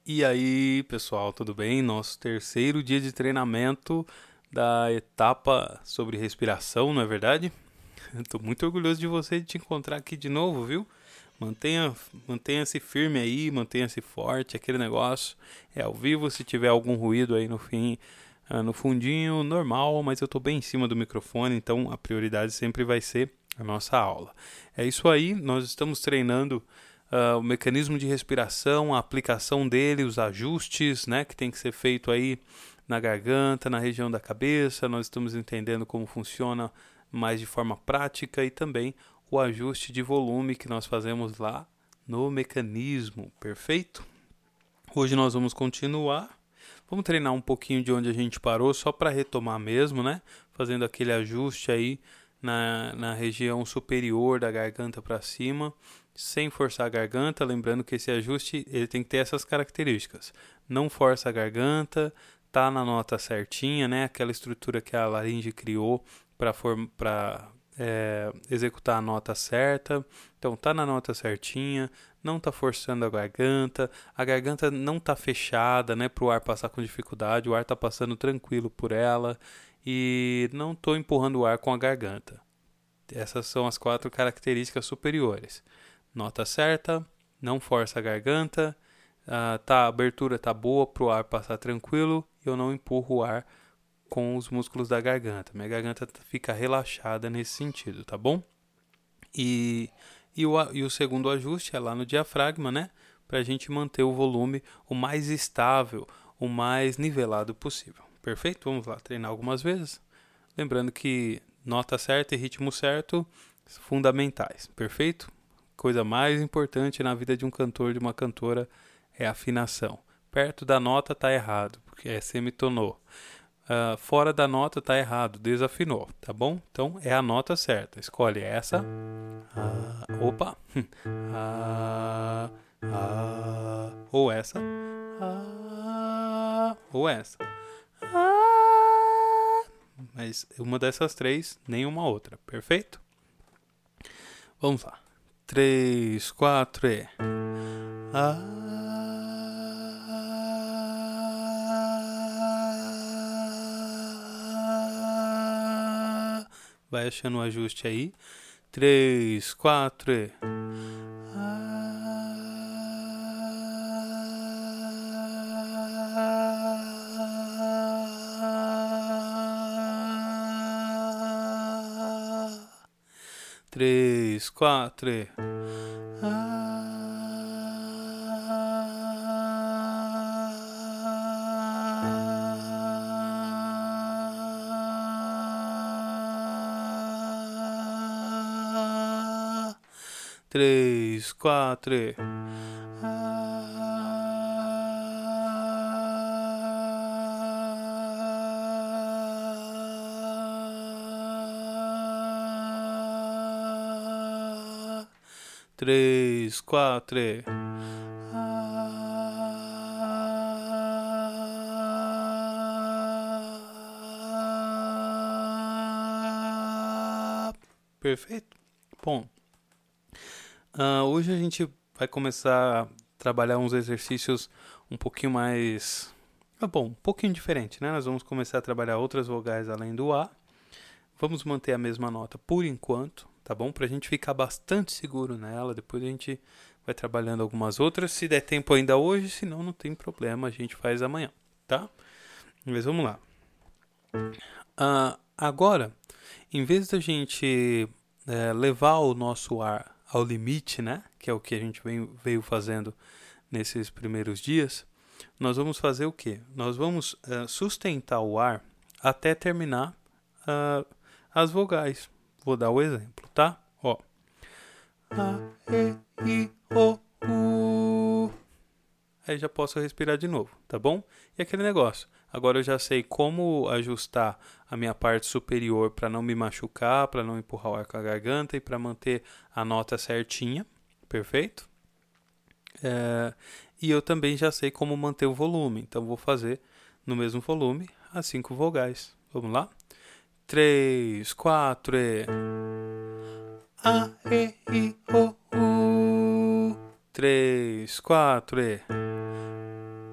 E aí, pessoal, tudo bem? Nosso terceiro dia de treinamento da etapa sobre respiração, não é verdade? Estou muito orgulhoso de você de te encontrar aqui de novo, viu? Mantenha-se firme aí, mantenha-se forte, aquele negócio é ao vivo, se tiver algum ruído aí no fim, no fundinho, normal, mas eu estou bem em cima do microfone, então a prioridade sempre vai ser a nossa aula. É isso aí, nós estamos treinando o mecanismo de respiração, a aplicação dele, os ajustes, né, que tem que ser feito aí na garganta, na região da cabeça. Nós estamos entendendo como funciona mais de forma prática e também o ajuste de volume que nós fazemos lá no mecanismo, perfeito? Hoje nós vamos continuar. Vamos treinar um pouquinho de onde a gente parou, só para retomar mesmo, né? Fazendo aquele ajuste aí na região superior da garganta para cima, sem forçar a garganta. Lembrando que esse ajuste ele tem que ter essas características. Não força a garganta, tá na nota certinha, né? Aquela estrutura que a laringe criou para executar a nota certa. Então tá na nota certinha, não tá forçando a garganta não tá fechada, né, para o ar passar com dificuldade, o ar tá passando tranquilo por ela e não tô empurrando o ar com a garganta. Essas são as 4 características superiores. Nota certa, não força a garganta, a abertura tá boa para o ar passar tranquilo e eu não empurro o ar com os músculos da garganta. Minha garganta fica relaxada nesse sentido, tá bom? E o segundo ajuste é lá no diafragma, né? Para a gente manter o volume o mais estável, o mais nivelado possível. Perfeito? Vamos lá treinar algumas vezes. Lembrando que nota certa e ritmo certo fundamentais. Perfeito? Coisa mais importante na vida de um cantor, de uma cantora, é a afinação. Perto da nota tá errado, porque é semitonô. Fora da nota tá errado, desafinou, tá bom? Então é a nota certa. Escolhe essa. Opa! Ou essa. Ou essa. Mas uma dessas 3, nenhuma outra. Perfeito? Vamos lá. 3, 4 e... Vai achando o ajuste aí. 3, 4 e... 3, 4 e... Três, quatro e... Três, quatro e... Perfeito? Bom. Hoje a gente vai começar a trabalhar uns exercícios um pouquinho mais... um pouquinho diferente, né? Nós vamos começar a trabalhar outras vogais além do A. Vamos manter a mesma nota por enquanto, tá bom? Pra gente ficar bastante seguro nela. Depois a gente vai trabalhando algumas outras. Se der tempo ainda hoje, senão não tem problema, a gente faz amanhã, tá? Mas vamos lá. Agora, em vez da gente levar o nosso ar ao limite, né? Que é o que a gente veio fazendo nesses primeiros dias. Nós vamos fazer o quê? Nós vamos sustentar o ar até terminar as vogais. Vou dar o exemplo, tá? Ó. A, E, I, O, U. Aí já posso respirar de novo, tá bom? E aquele negócio. Agora eu já sei como ajustar a minha parte superior para não me machucar, para não empurrar o ar com a garganta e para manter a nota certinha, perfeito? E eu também já sei como manter o volume, então vou fazer no mesmo volume as 5 vogais. Vamos lá? 3, 4 e... A, E, I, O, U. 3, 4 e...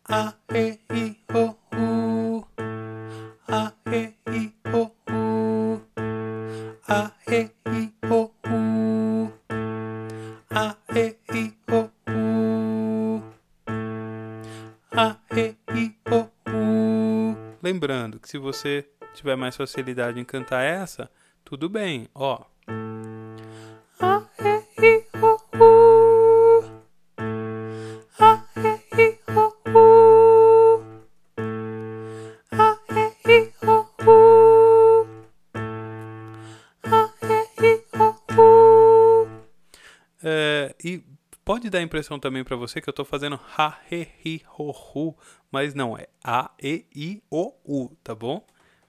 A, E, I, O, U. A, E, I, O, U. A, E, I, O, U. A, E, I, O, U. A, E, I, O, U. Lembrando que se você tiver mais facilidade em cantar essa, tudo bem, ó. A, E, I, O, U. A, E, I, O, U. A, E, I, O, U. A, E, I, O, U. E pode dar a impressão também pra você que eu tô fazendo ha, he, hi, ho, hu, mas não, é A, E, I, O, U, tá bom?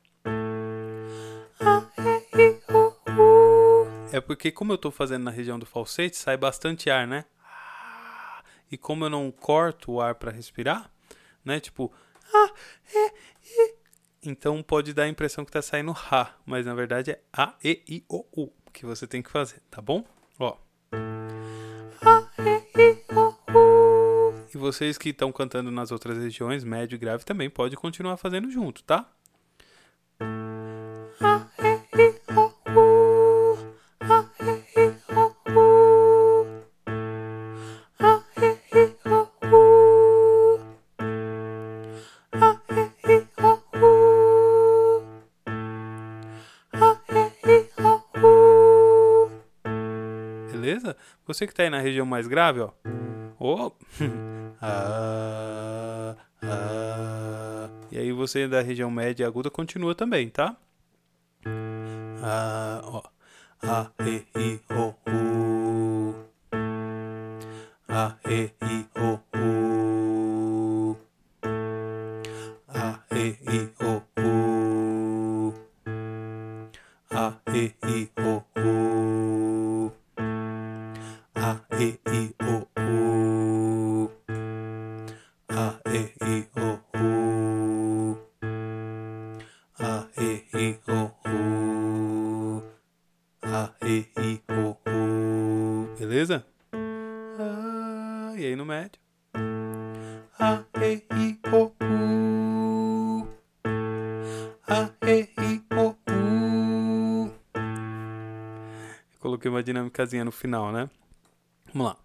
A, E, I, O, U. É porque como eu tô fazendo na região do falsete, sai bastante ar, né? E como eu não corto o ar pra respirar, né? Tipo, A, E, I. Então pode dar a impressão que tá saindo ha, mas na verdade é A, E, I, O, U que você tem que fazer, tá bom? Ó. A, E, I, O, U. E vocês que estão cantando nas outras regiões, médio e grave, também pode continuar fazendo junto, tá? A, E, I, O, U. A, E, I, O, U. A, E, I, O, U. A, E, I, O, U. A, E, I, O, U. Beleza? Você que tá aí na região mais grave, ó. Oh. E aí você da região média e aguda continua também, tá? Ó. A, E, I, O, U. A, E, I, O, U. A, E, I, O, U. A, E, I, O, U. A, E, I, O, U. A, E, I, O, U. A, E, I, O, U. A, E, I, O, U. Beleza? E aí no médio. A, E, I, O, U. A, E, I, O, U. Eu coloquei uma dinâmicazinha no final, né? Vamos lá.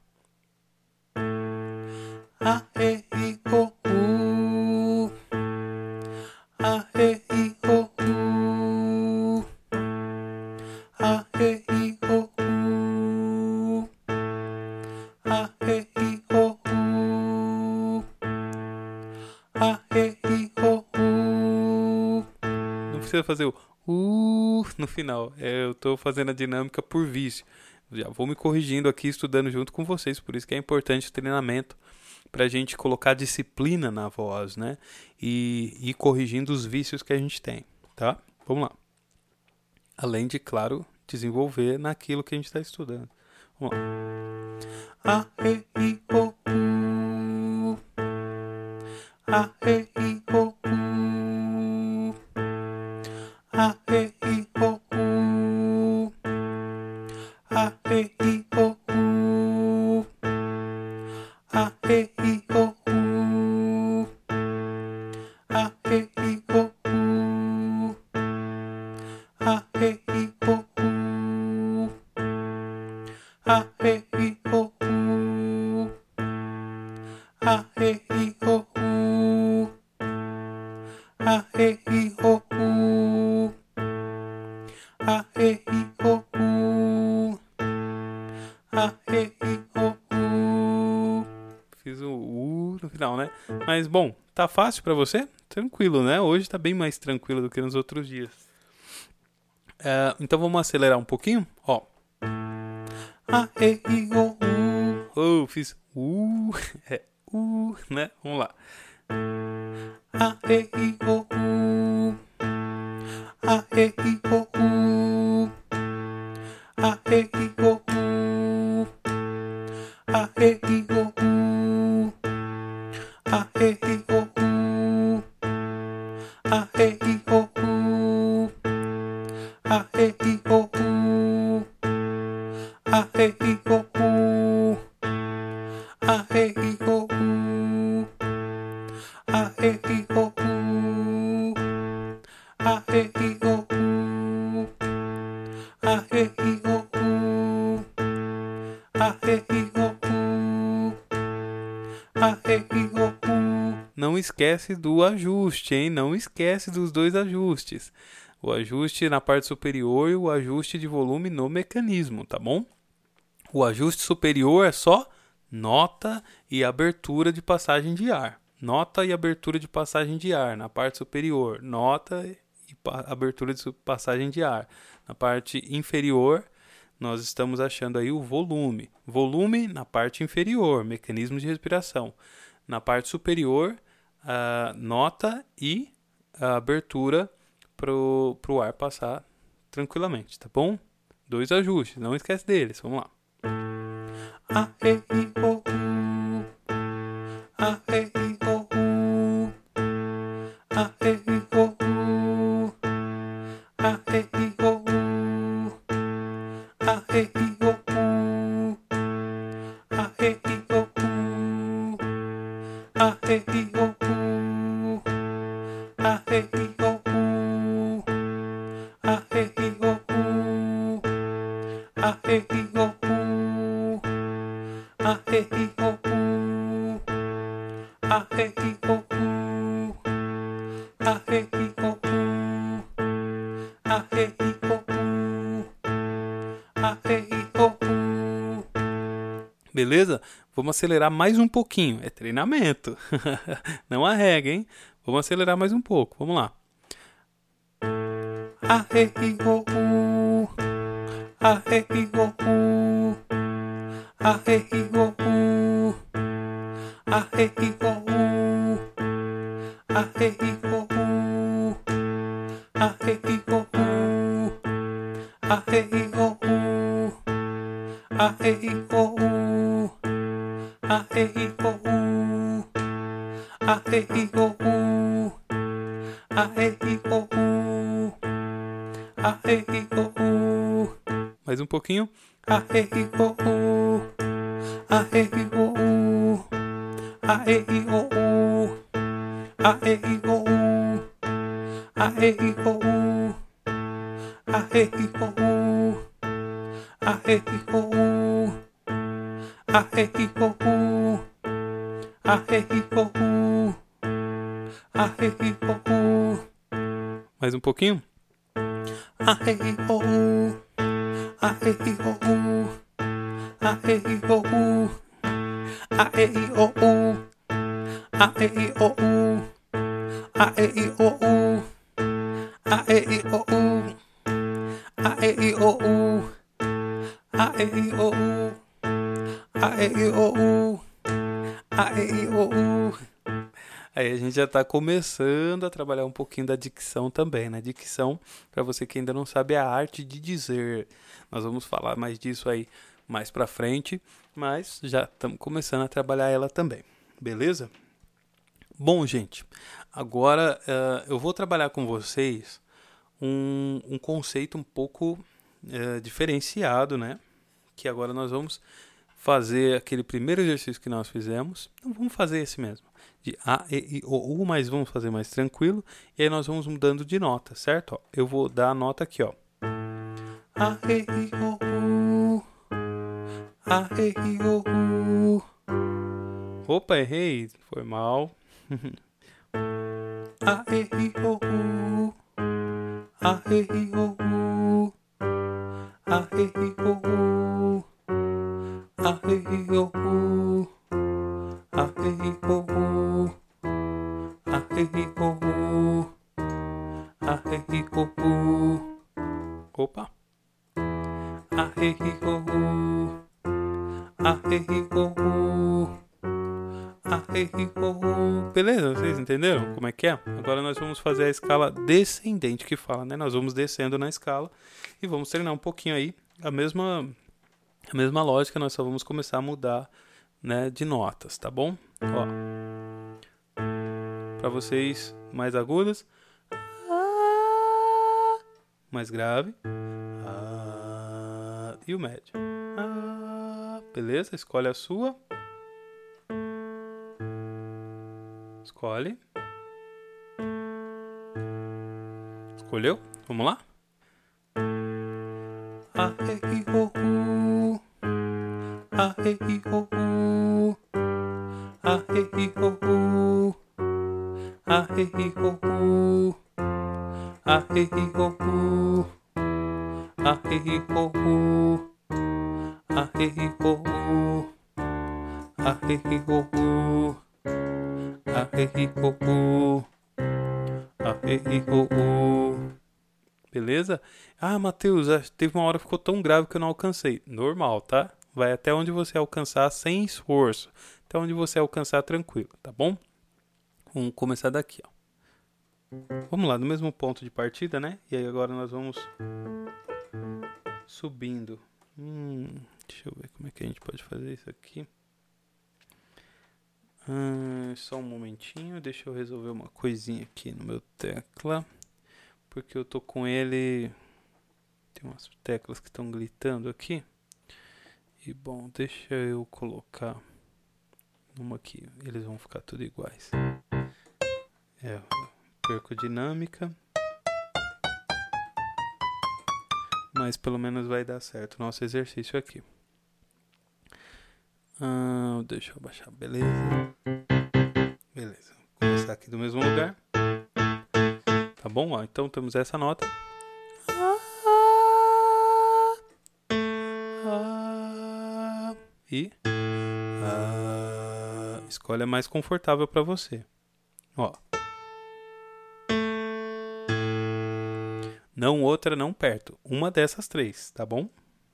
A, E, I, O, U. A, E, I, O, U. A, E, I, O, U. A, E, I, O, U. A, E, I, O, U. Não precisa fazer o no final. Eu tô fazendo a dinâmica por vício. Já vou me corrigindo aqui, estudando junto com vocês. Por isso que é importante o treinamento pra gente colocar disciplina na voz, né? E ir corrigindo os vícios que a gente tem, tá? Vamos lá. Além de, claro, desenvolver naquilo que a gente está estudando. Vamos lá. A, E, I, O, U. A, E, I, O, U. A, E, I, O, U. A, E, I, O, U. A, E, I, O, U. A, E, I, O, U. A, E, I, O, U. A, E, I, O, U. A, E, I, O, U. A, E, I, O, U. A, E, I, O, U. A, E, I, O, U. Fiz o U no final, né? Mas, bom, tá fácil pra você? Tranquilo, né? Hoje tá bem mais tranquilo do que nos outros dias. Então vamos acelerar um pouquinho? Ó. A, E, I, O, U. Oh, fiz é né? Vamos lá. A, E, I, O, U. A, E, I, O, U. A, E, I, O, U. A, E, I, O, U. A, E, I, O, U. A, E, I, O, U. A, E, I, O, U. A, E, I, O, U. A, E, I, O, U. e, I, O, U. A, e, I, O, U. A, e, I, O, U. A, e, I, O, U. A, e, I, O, U. Não esquece do ajuste, hein? Não esquece dos dois ajustes. O ajuste na parte superior e o ajuste de volume no mecanismo, tá bom? O ajuste superior é só nota e abertura de passagem de ar. Nota e abertura de passagem de ar na parte superior. Nota e abertura de passagem de ar. Na parte inferior, nós estamos achando aí o volume. Volume na parte inferior, mecanismo de respiração. Na parte superior, a nota e a abertura para o ar passar tranquilamente, tá bom? Dois ajustes, não esquece deles. Vamos lá. A, E, I, O, U. A, E, I, O, U. A, E, I, O, U. A, E, I, O, U. A, E, I, O, U. A, E, I, O, U. A, E, I, O, U. A, E, I, O, U. A, E, I, O, U. A, E, I, O, U. A, E, I, O, U. A, E, I, O, U. A, E, I, O, U. A, E, I, O, U. A, E, I, O, U. Beleza? Vamos acelerar mais um pouquinho. É treinamento. Não arrega, hein? Vamos acelerar mais um pouco. Vamos lá. A, E, I, O, U. A, E, I, O, U. A, E, I, O, U. A, E, I, O, U. A, E, I, O, U. A, E, I, O, U. A, E, I, O, U. A, E, I, O, U. A, E, I, O, U. A, E, I, O, U. A, E, I, O, U. A, E, I, O, U. Mais um pouquinho. A, E, I, O, U. A, E, I, O, U. A, E, I, O, U. A, E, I, O, U. A, E, I, O, U. A, E, I, O, U. A, E, I, O, U. A, E, I, O, U. A, E, I, O, U. A, E, I, O, U. Mais um pouquinho. A, E, I, O, U. A, E, I, O, U. A, E, I, O, U. A, E, I, O, U. A, E, I, O, U. A, E, I, O, U. A, E, I, O, U. A, E, I, O, U. A, E, I, O, U. A, E, I, O, U. A, E, I, O, U. Aí a gente já está começando a trabalhar um pouquinho da dicção também, né? Dicção, para você que ainda não sabe, é a arte de dizer. Nós vamos falar mais disso aí mais para frente, mas já estamos começando a trabalhar ela também, beleza? Bom, gente, agora eu vou trabalhar com vocês um conceito um pouco diferenciado, né? Que agora nós vamos fazer aquele primeiro exercício que nós fizemos. Então vamos fazer esse mesmo, de A, E, I, O, U, mas vamos fazer mais tranquilo. E aí nós vamos mudando de nota, certo? Ó, eu vou dar a nota aqui, ó. A, E, I, O, U. A, E, I, O, U. Opa, errei. Foi mal. A, E, I, O, U. A, E, I, O, U. A, E, I, O, U. A, E, I, O, U. A, E, I, O, U. A, E, I, O, U. A, E, I, O, U. Opa. A, E, I, O, U. A, E, I, O, U. A, E, I, O, U. Beleza? Vocês entenderam como é que é? Agora nós vamos fazer a escala descendente que fala, né? Nós vamos descendo na escala e vamos treinar um pouquinho aí a mesma lógica, nós só vamos começar a mudar, né, de notas, tá bom? Ó. Para vocês mais agudas, mais grave, e o médio. Beleza? Escolhe a sua. Escolhe. Escolheu? Vamos lá? A, E, I, O, U. A, E, I, O, U. A, E, I, O, U. A, E, I, O, U. A, E, I, O, U. A, E, I, O, U. A, E, I, O, U. A, E, I, O, U. A, E, I, O, U. A, E, I, O, U. Beleza? Ah, Matheus, teve uma hora que ficou tão grave que eu não alcancei. Normal, tá? Vai até onde você alcançar sem esforço. Até onde você alcançar tranquilo, tá bom? Vamos começar daqui, ó. Vamos lá, no mesmo ponto de partida, né? E aí agora nós vamos subindo. Deixa eu ver como é que a gente pode fazer isso aqui. Só um momentinho, deixa eu resolver uma coisinha aqui no meu tecla. Porque eu tô com ele... Tem umas teclas que estão gritando aqui. E bom, deixa eu colocar uma aqui. Eles vão ficar tudo iguais. Perco dinâmica. Mas pelo menos vai dar certo o nosso exercício aqui. Deixa eu baixar, beleza. Beleza, vou começar aqui do mesmo lugar. Tá bom? Ó, então temos essa nota. E escolhe a mais confortável para você. Ó. Não outra, não perto. Uma dessas três, tá bom?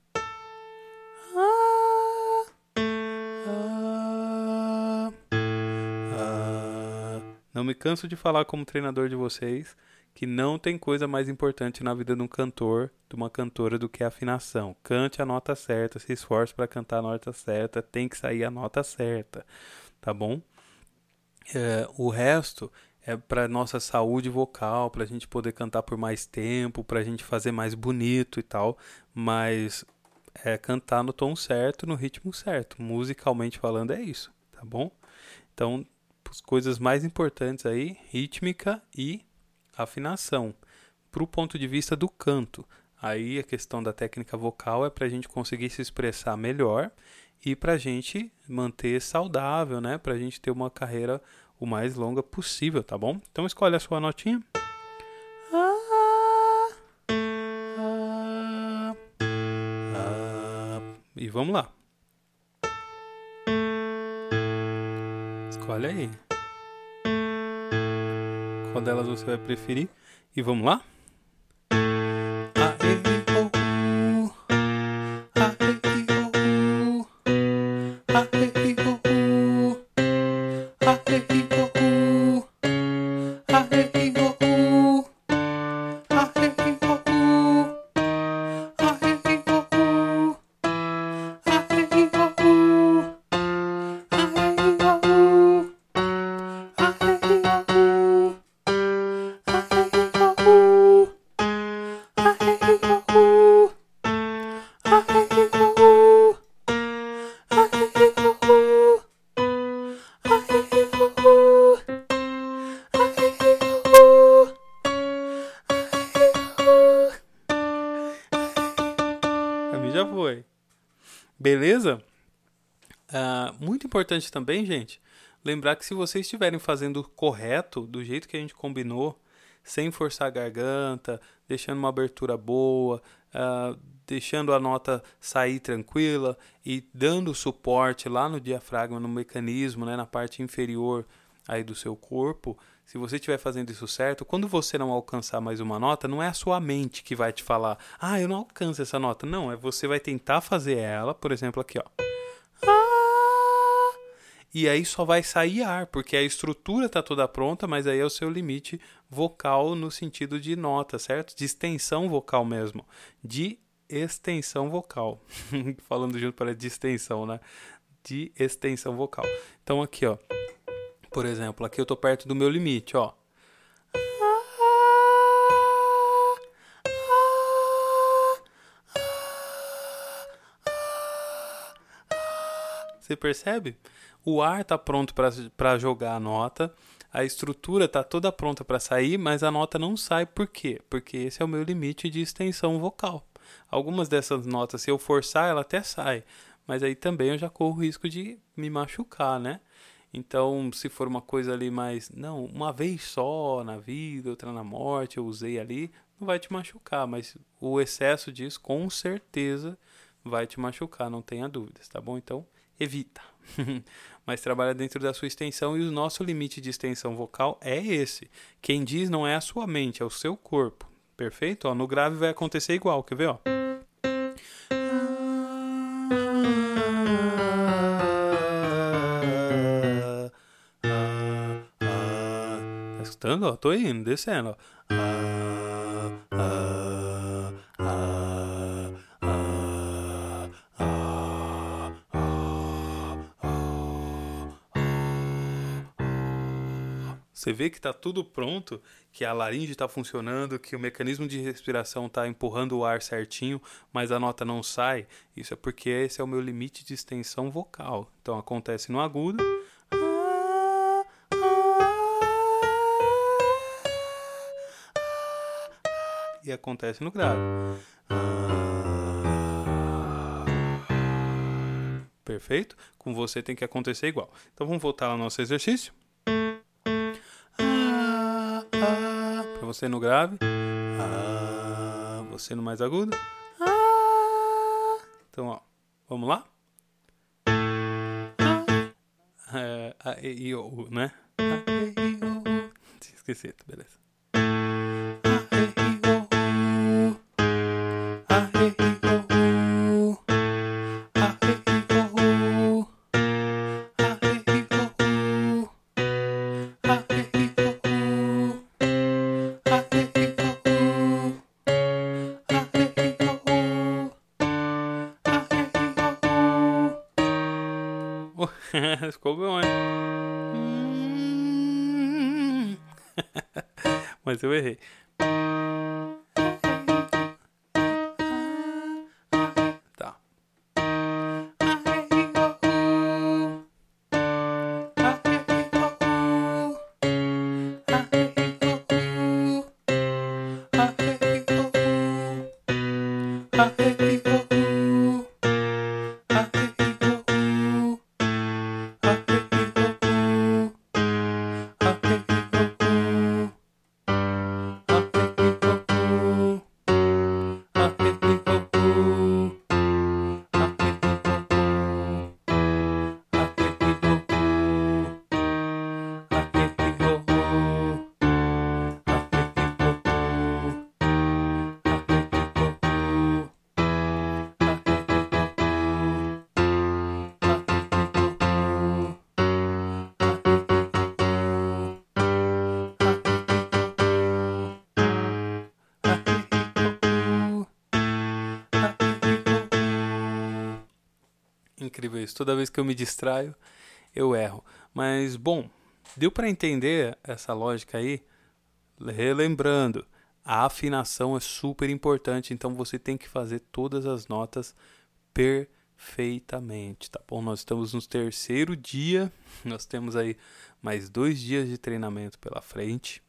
Não me canso de falar como treinador de vocês que não tem coisa mais importante na vida de um cantor, de uma cantora, do que a afinação. Cante a nota certa, se esforce para cantar a nota certa, tem que sair a nota certa, tá bom? O resto é para nossa saúde vocal, para a gente poder cantar por mais tempo, para a gente fazer mais bonito e tal, mas é cantar no tom certo, no ritmo certo. Musicalmente falando, é isso, tá bom? Então, as coisas mais importantes aí, rítmica e afinação. Para o ponto de vista do canto, aí a questão da técnica vocal é para a gente conseguir se expressar melhor e para a gente manter saudável, né? Para a gente ter uma carreira o mais longa possível, tá bom? Então escolhe a sua notinha. E vamos lá. Escolhe aí. Qual delas você vai preferir? E vamos lá? A mim já foi. Beleza? Muito importante também, gente, lembrar que se vocês estiverem fazendo correto, do jeito que a gente combinou, sem forçar a garganta, deixando uma abertura boa, deixando a nota sair tranquila e dando suporte lá no diafragma, no mecanismo, né, na parte inferior aí do seu corpo, se você estiver fazendo isso certo, quando você não alcançar mais uma nota, não é a sua mente que vai te falar, eu não alcanço essa nota. Não, você vai tentar fazer ela, por exemplo, aqui, ó. E aí só vai sair ar, porque a estrutura está toda pronta, mas aí é o seu limite vocal no sentido de nota, certo? De extensão vocal mesmo. De extensão vocal. Falando junto para de extensão, né? De extensão vocal. Então aqui, ó. Por exemplo, aqui eu tô perto do meu limite, ó. Você percebe? O ar está pronto para jogar a nota, A estrutura tá toda pronta para sair, mas a nota não sai. Por quê? Porque esse é o meu limite de extensão vocal. Algumas dessas notas, se eu forçar, ela até sai, mas aí também eu já corro o risco de me machucar, né? Então, se for uma coisa ali mais, não, uma vez só na vida, outra na morte, eu usei ali, não vai te machucar, mas o excesso disso com certeza vai te machucar, não tenha dúvidas, tá bom? Então, evita. Mas trabalha dentro da sua extensão e o nosso limite de extensão vocal é esse. Quem diz não é a sua mente, é o seu corpo. Perfeito? Ó, no grave vai acontecer igual, quer ver? Ó? Tá escutando? Ó, tô indo, descendo. Ó. Você vê que está tudo pronto, que a laringe está funcionando, que o mecanismo de respiração está empurrando o ar certinho, mas a nota não sai. Isso é porque esse é o meu limite de extensão vocal. Então acontece no agudo. E acontece no grave. Perfeito? Com você tem que acontecer igual. Então vamos voltar ao nosso exercício. Para você no grave. Você no mais agudo. Então, ó, vamos lá? A, E, I, O, U, né? A, E, I, O, U. Tinha esquecido, beleza. Ficou bom, hein? Mas eu errei. Tá. Incrível isso. Toda vez que eu me distraio, eu erro. Mas, bom, deu para entender essa lógica aí? Relembrando, a afinação é super importante, então você tem que fazer todas as notas perfeitamente, tá bom? Nós estamos no terceiro dia, nós temos aí mais 2 dias de treinamento pela frente.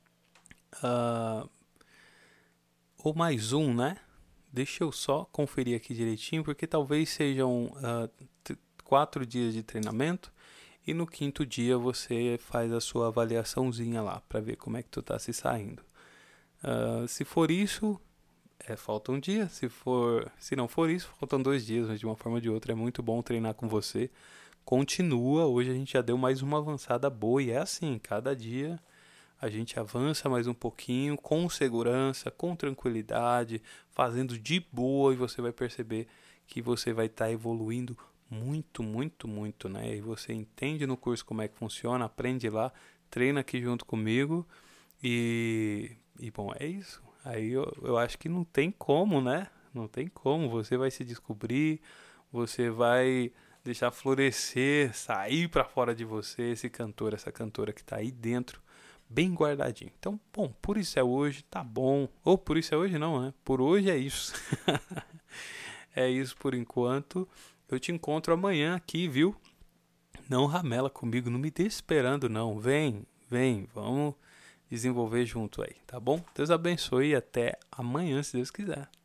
Ou mais um, né? Deixa eu só conferir aqui direitinho, porque talvez sejam 4 dias de treinamento e no 5º dia você faz a sua avaliaçãozinha lá para ver como é que tu tá se saindo. Se for isso, falta um dia. Se não for isso, faltam 2 dias, mas de uma forma ou de outra é muito bom treinar com você. Continua, hoje a gente já deu mais uma avançada boa e é assim, cada dia a gente avança mais um pouquinho, com segurança, com tranquilidade, fazendo de boa e você vai perceber que você vai estar evoluindo muito, muito, muito, né? E você entende no curso como é que funciona, aprende lá, treina aqui junto comigo e bom, é isso. Aí eu acho que não tem como, né? Não tem como, você vai se descobrir, você vai deixar florescer, sair para fora de você esse cantor, essa cantora que está aí dentro, bem guardadinho. Então, bom, por isso é hoje, tá bom. Ou por isso é hoje não, né? Por hoje é isso. É isso por enquanto. Eu te encontro amanhã aqui, viu? Não ramela comigo, não me deixe esperando não. Vem Vem, vamos desenvolver junto aí, tá bom? Deus abençoe e até amanhã, se Deus quiser.